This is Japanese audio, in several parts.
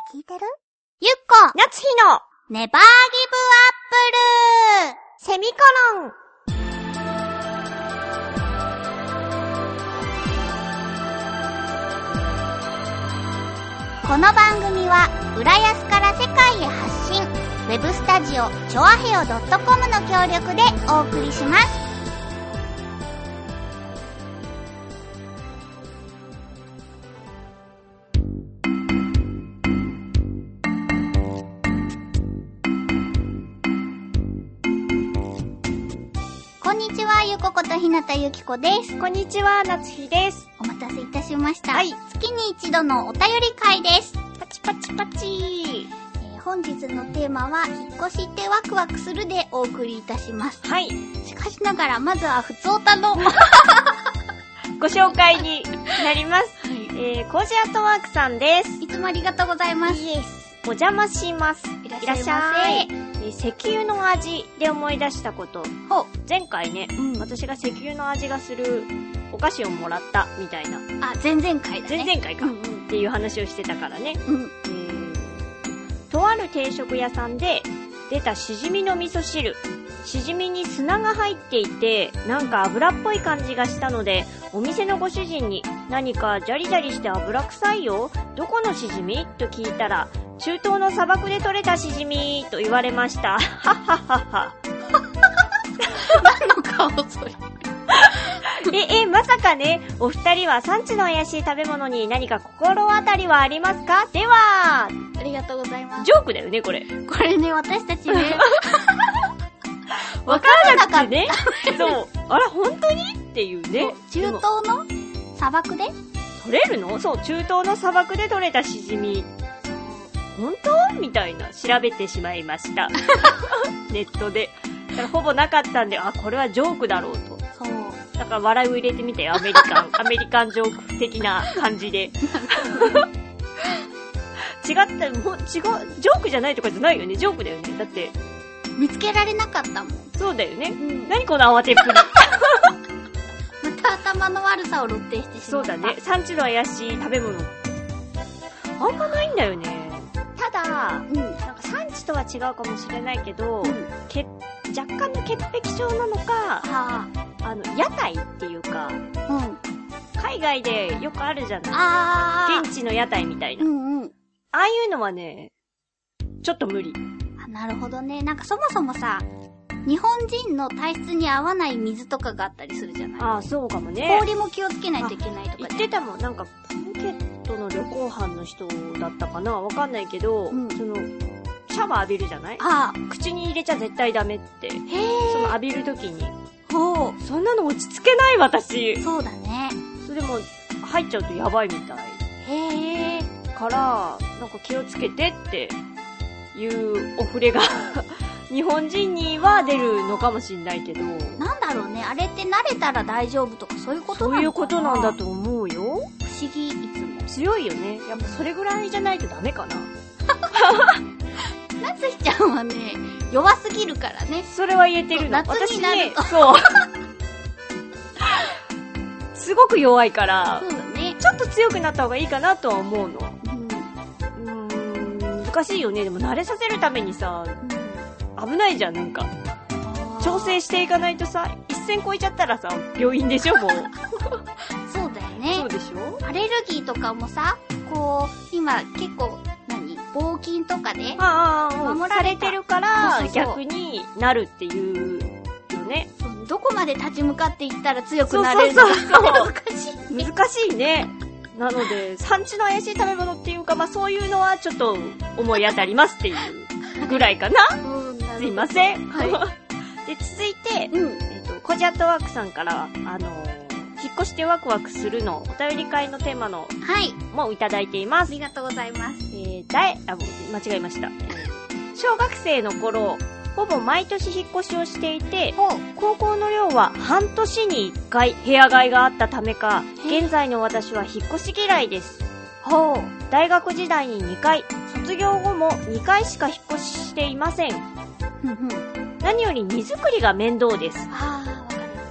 聞いてる？ゆっこ夏日のネバーギブアップルセミコロン。 この番組は浦安から世界へ発信、ウェブスタジオチョアヘオ .com の協力でお送りします。こんにちは、ゆこことひなたゆきこです。 こんにちは、夏日です。 お待たせいたしました。 はい。 月に一度のお便り会です。 パチパチパチ。 本日のテーマは、引っ越しってワクワクするでお送りいたします。 はい。 しかしながら、まずはふつおたのご紹介になります。 はい。 コージアットワークさんです。 いつもありがとうございます。 イエス。お邪魔します。 いらっしゃいませ。 石油の味で思い出したこと。前回ね、私が石油の味がするお菓子をもらったみたいな。 あ、前々回だね。 前々回か、っていう話をしてたからね。とある定食屋さんで出たしじみの味噌汁。しじみに砂が入っていて、なんか油っぽい感じがしたので、お店のご主人に、何かジャリジャリして油臭いよ。どこのしじみと聞いたら、中東の砂漠で採れたしじみと言われました。はっはっはっは。 何の顔それ。 まさかね、お二人は産地の怪しい食べ物に何か心当たりはありますか？では、 ありがとうございます。 ジョークだよね、これ。 これね、私たちね、 わからなかったね。そう。あら、本当にっていうね。 中東の砂漠で取れるの？そう、中東の砂漠で取れたしじみ。本当？みたいな、調べてしまいました。ネットで。だからほぼなかったんで、あ、これはジョークだろうと。 そう。 だから笑いを入れてみてよ、アメリカンジョーク的な感じで。違った、ジョークじゃないとかじゃないよね、ジョークだよね。だって。 見つけられなかったもん。 そうだよね。何この慌てっぷり。 また頭の悪さを露呈してしまった。 そうだね。産地の怪しい食べ物。あんまないんだよね。ただ、なんか産地とは違うかもしれないけど、若干の潔癖症なのか、屋台っていうか、海外でよくあるじゃない。現地の屋台みたいな。ああいうのはね、ちょっと無理。 なるほどね。なんかそもそもさ、日本人の体質に合わない水とかがあったりするじゃない。 ああ、そうかもね。 氷も気をつけないといけないとか、 言ってたもん。なんか、プーケットの旅行班の人だったかな、わかんないけど、その、シャワー浴びるじゃない？口に入れちゃ絶対ダメって。その浴びるときに。そんなの落ち着けない私。 そうだね。 それでも、入っちゃうとやばいみたい。から、なんか気をつけてっていうお触れが、日本人には出るのかもしんないけど。 なんだろうね。あれって慣れたら大丈夫とかそういうことなのかな？ そういうことなんだと思うよ。不思議、いつも。 強いよね。やっぱそれぐらいじゃないとダメかな。 なつひちゃんはね、弱すぎるからね。 それは言えてるの。 夏になると。 私ね、そう。すごく弱いから、 そうだね。 ちょっと強くなった方がいいかなとは思うの。難しいよね。でも慣れさせるためにさ、危ないじゃん、なんか。調整していかないとさ、一線超えちゃったらさ、病院でしょ、もう。 そうだよね。 そうでしょ？ アレルギーとかもさ、こう、今結構、防菌とかで守られてるから、逆になるっていうよね。 どこまで立ち向かっていったら強くなれるのか難しいね。なので、産地の怪しい食べ物っていうか、まあそういうのはちょっと思い当たりますっていうぐらいかな。すいません。で、続いて、コジャットワークさんから、引っ越してワクワクするのお便り会のテーマの、もいただいています。 ありがとうございます。 間違えました。小学生の頃、ほぼ毎年引っ越しをしていて、高校の寮は半年に1回部屋替えがあったためか、現在の私は引っ越し嫌いです。大学時代に2回、卒業後も2回しか引っ越ししていません。何より荷造りが面倒です。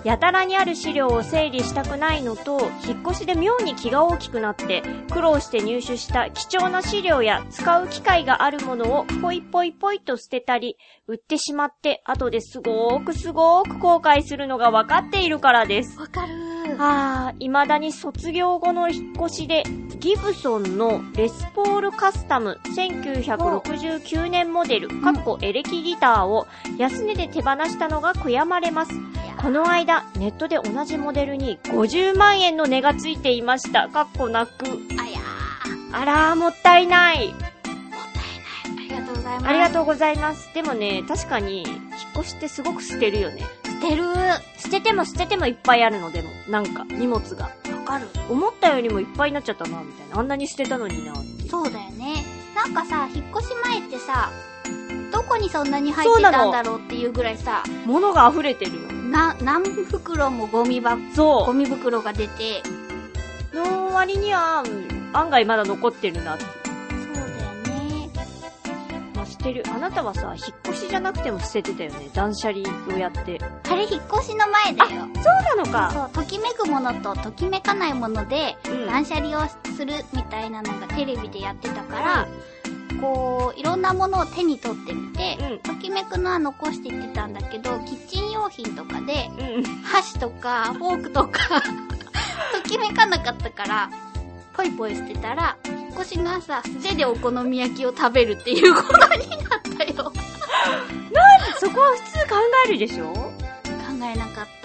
やたらにある資料を整理したくないのと、引っ越しで妙に気が大きくなって苦労して入手した貴重な資料や使う機会があるものをポイポイポイと捨てたり売ってしまって、後ですごーく後悔するのが分かっているからです。 わかる。 未だに卒業後の引っ越しでギブソンのレスポールカスタム1969年モデルエレキギターを安値で手放したのが悔やまれます。この間ネットで同じモデルに50万円の値がついていました。泣く。あらー、もったいない。 ありがとうございます。 ありがとうございます。でもね、確かに引っ越しってすごく捨てるよね。 捨てる。 捨ててもいっぱいあるの。でもなんか荷物がわかる。 思ったよりもいっぱいになっちゃったなみたいな。あんなに捨てたのにな。 そうだよね。なんかさ、引っ越し前ってさ、どこにそんなに入ってたんだろうっていうぐらいさ、 物が溢れてるよ。 何袋もゴミ袋が出ての割には案外まだ残ってるなって。 そうだよね。 まあ、捨てる。あなたはさ、引っ越しじゃなくても捨ててたよね。断捨離をやって。 あれ引っ越しの前だよ。 そうなのか。 そう、ときめくものとときめかないもので、断捨離をするみたいなのがテレビでやってたから、こういろんなものを手に取ってみて、ときめくのは残していってたんだけど、キッチン用品とかで、箸とかフォークとかときめかなかったからポイポイ捨てたら、引っ越しの朝素手でお好み焼きを食べるっていうことになったよ。 そこは普通考えるでしょ。考えなかった。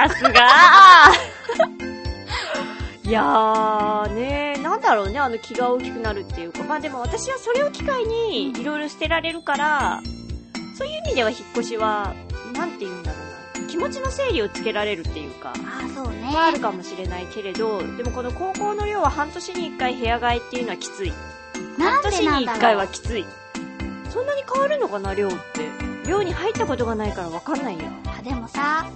さすがいやーねー、なんだろうね、気が大きくなるっていうか。まあでも私はそれを機会にいろいろ捨てられるから、そういう意味では引っ越しは、なんて言うんだろうな、気持ちの整理をつけられるっていうか、 そうね。 あるかもしれないけれど、でもこの高校の寮は半年に1回部屋替えっていうのはきつい。 なんでなんだろう。 半年に1回はきつい。そんなに変わるのかな、寮って。寮に入ったことがないからわかんないよ。 でもさ、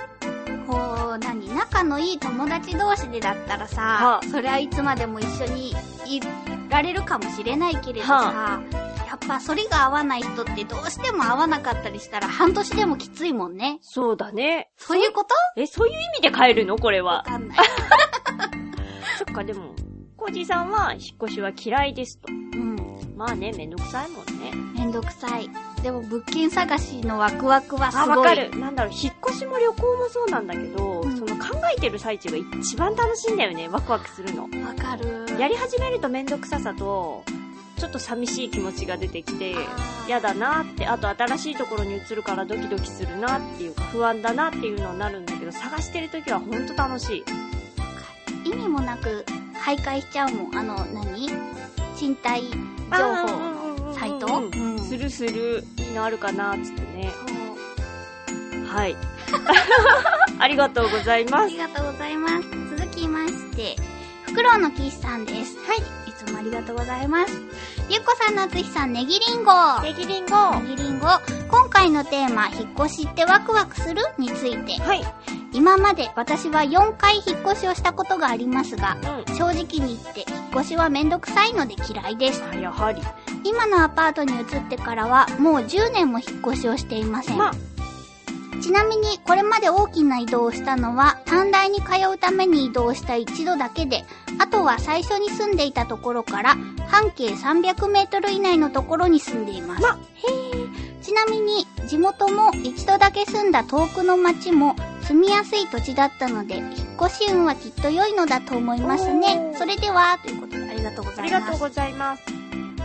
仲のいい友達同士でだったらさ、それはいつまでも一緒にいられるかもしれないけれどさ、やっぱ反りが合わない人ってどうしても合わなかったりしたら半年でもきついもんね。 そうだね。 そういうこと？ そういう意味で変えるのこれは。 わかんない。 そっか、でも、コージーさんは引っ越しは嫌いですと。まあね、めんどくさいもんね。 めんどくさい。でも物件探しのワクワクはすごい。 わかる。なんだろう、引っ越しも旅行もそうなんだけど、その考えてる最中が一番楽しいんだよね。ワクワクするの。 わかる。 やり始めるとめんどくささと、ちょっと寂しい気持ちが出てきて、やだなって、あと新しいところに移るからドキドキするなっていうか、不安だなっていうのになるんだけど、探してるときはほんと楽しい。 意味もなく徘徊しちゃうもん。賃貸情報サイト、 するいいのあるかなっつってね。はい。ありがとうございます。 ありがとうございます。続きまして、フクロウのキスさんです。 はい。 いつもありがとうございます。ゆっこさん、なつひさん、ネギリンゴ。 ネギリンゴ。 今回のテーマ、引っ越しってワクワクするについて。 はい。 今まで私は4回引っ越しをしたことがありますが、正直に言って引っ越しはめんどくさいので嫌いです。 やはり。 今のアパートに移ってからはもう10年も引っ越しをしていません。ちなみにこれまで大きな移動をしたのは短大に通うために移動した一度だけで、あとは最初に住んでいたところから半径300メートル以内のところに住んでいます。ちなみに地元も一度だけ住んだ遠くの町も住みやすい土地だったので、引っ越し運はきっと良いのだと思いますね。それでは、ということでありがとうございます。 ありがとうございます。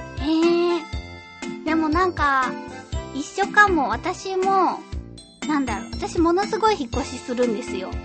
でもなんか一緒かも。私も私ものすごい引っ越しするんですよ。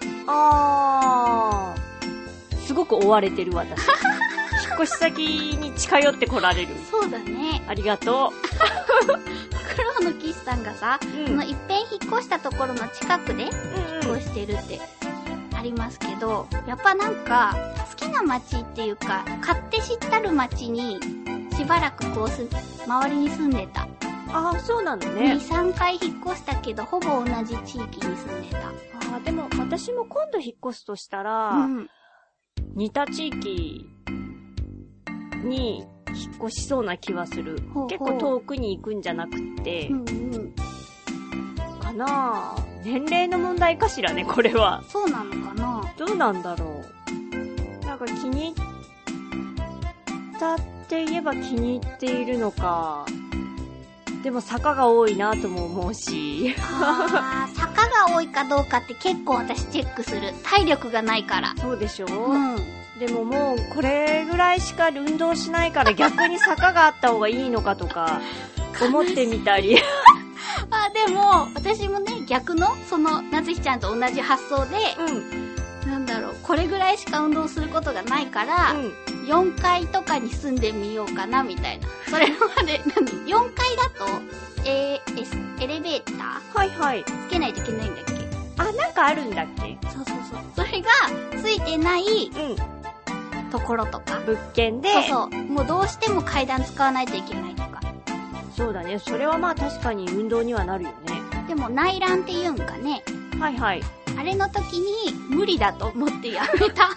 すごく追われてる私。引っ越し先に近寄ってこられる。 そうだね。 ありがとう。 フクロウのキスさんがさ、その一遍引っ越したところの近くで引っ越してるってありますけど、やっぱなんか好きな街っていうか、買って知ったる街にしばらく周りに住んでた。 そうなのね。 2、3回引っ越したけど、ほぼ同じ地域に住んでた。 でも私も今度引っ越すとしたら、似た地域に引っ越しそうな気はする。結構遠くに行くんじゃなくって、かなぁ。 年齢の問題かしらね、これは。 そうなのかな。 どうなんだろう。なんか気に入ったって言えば気に入っているのか。でも坂が多いなとも思うし。 坂が多いかどうかって結構私チェックする。体力がないから。 そうでしょ？ うん。 でももうこれぐらいしか運動しないから逆に坂があった方がいいのかとか思ってみたり。 でも私もね、逆のそのなつひちゃんと同じ発想で、なんだろう、これぐらいしか運動することがないから、4階とかに住んでみようかなみたいな。それまで4階だとエレベーター、 はいはい、 つけないといけないんだっけ？ なんかあるんだっけ？ そう。それがついてない、ところとか物件で、 もうどうしても階段使わないといけないとか。 そうだね。それはまあ確かに運動にはなるよね。 でも内覧って言うんかね。 はいはい。 あれの時に無理だと思ってやめた。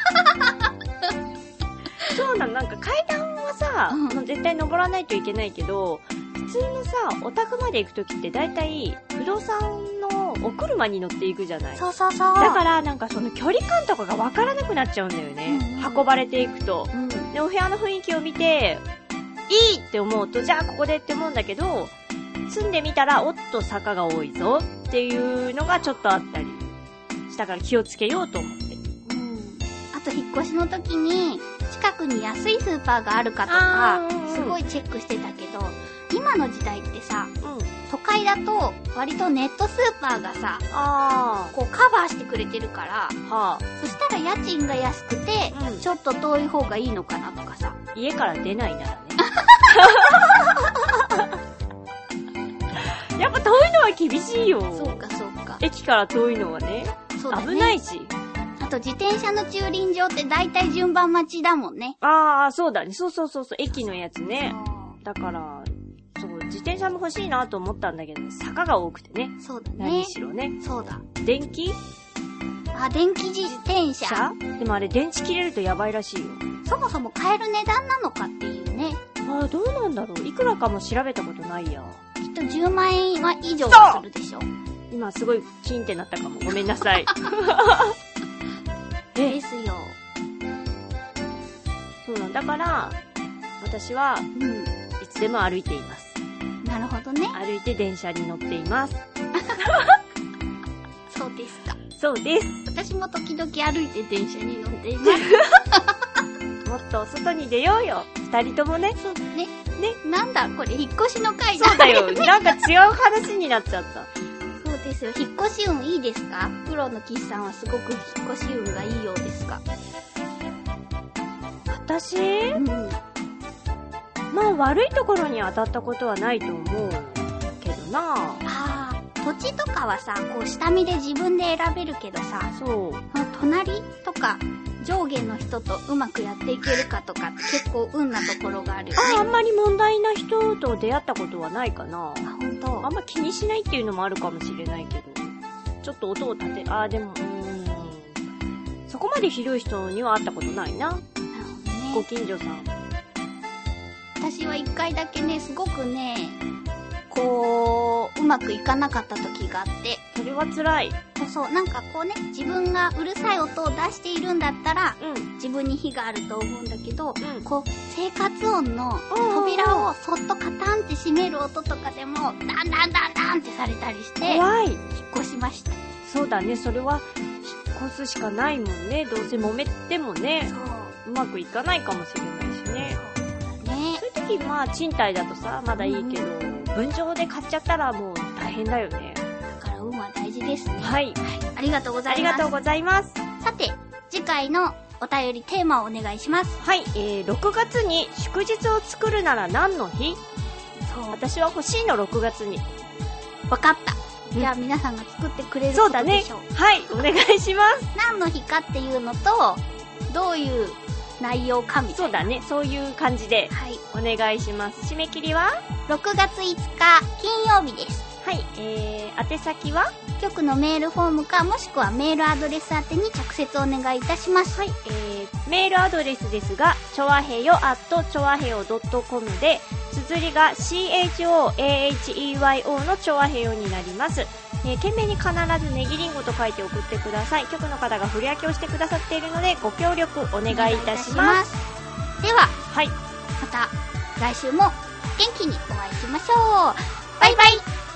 そうなの。なんか階段はさ、絶対登らないといけないけど、普通のさ、お宅まで行く時って大体不動産のお車に乗っていくじゃない。 そう。 だからなんかその距離感とかが分からなくなっちゃうんだよね。運ばれていくと。で、お部屋の雰囲気を見て、いいって思うと、じゃあここでって思うんだけど、住んでみたら、おっと坂が多いぞっていうのがちょっとあったりしたから気をつけようと思って。 あと引っ越しの時に、近くに安いスーパーがあるかとか、すごいチェックしてたけど、今の時代ってさ、都会だと割とネットスーパーがさ、こうカバーしてくれてるから、そしたら家賃が安くて、ちょっと遠い方がいいのかなとかさ。 家から出ないならね。やっぱ遠いのは厳しいよ。 そうか。 駅から遠いのはね。そうだね。危ないし。 あと自転車の駐輪場って大体順番待ちだもんね。 そうだね。そう。駅のやつね。だから、自転車も欲しいなと思ったんだけど、坂が多くてね。 そうだね。 何しろね。 そうだ。 電気自転車？ でもあれ電池切れるとやばいらしいよ。 そもそも買える値段なのかっていうね。 どうなんだろう。いくらかも調べたことないや。 きっと10万円は以上するでしょ。 今すごいキンってなったかも。ごめんなさい。 ですよ。 そうなんだから、私は、いつでも歩いています。 なるほどね。 歩いて電車に乗っています。 そうですか。 そうです。 私も時々歩いて電車に乗っています。 もっと外に出ようよ。二人ともね。 そうだね。なんだこれ引っ越しの回だ。そうだよ。なんか違う話になっちゃった。 そうですよ。引っ越し運いいですか？プロの岸さんはすごく引っ越し運がいいようですが。 私？まあ悪いところに当たったことはないと思うけどな。 土地とかはさ、こう下見で自分で選べるけどさ、隣とか上下の人とうまくやっていけるかとかって結構運なところがあるよね。 あんまり問題な人と出会ったことはないかな。 本当。 あんま気にしないっていうのもあるかもしれないけど、ちょっと音を立て、でもそこまでひどい人には会ったことないな。 なるほどね。 ご近所さん。 私は一回だけね、すごくね、こう、うまくいかなかった時があって。 それは辛い。 なんかこうね、自分がうるさい音を出しているんだったら、自分に非があると思うんだけど、こう、生活音の扉をそっとカタンって閉める音とかでも、ダンってされたりして、 怖い。 引っ越しました。 そうだね、それは、引っ越すしかないもんね。どうせ揉めてもね、うまくいかないかもしれないしね。そういう時、賃貸だとさ、まだいいけど、分譲で買っちゃったらもう大変だよね。 だから運は大事ですね。 はい。 ありがとうございます。 ありがとうございます。 さて、次回のお便りテーマをお願いします。 はい、6月に祝日を作るなら何の日？私は欲しいの6月に。 わかった。じゃあ皆さんが作ってくれることでしょう。 そうだね。はい、お願いします。 何の日かっていうのと、どういう内容かみたいな。 そうだね。そういう感じで。はい。お願いします。締め切りは ?6 月5日金曜日です。 はい。宛先は局のメールフォームか、もしくはメールアドレス宛てに直接お願いいたします。 はい。メールアドレスですが、ちょわへよ@ちょわへよ.com で、 綴りが CHOAHEYO の調和平穏になります。件名に必ずネギリンゴと書いて送ってください。局の方が振り分けをしてくださっているのでご協力お願いいたします。 では、 はい、 また来週も元気にお会いしましょう。バイバイ。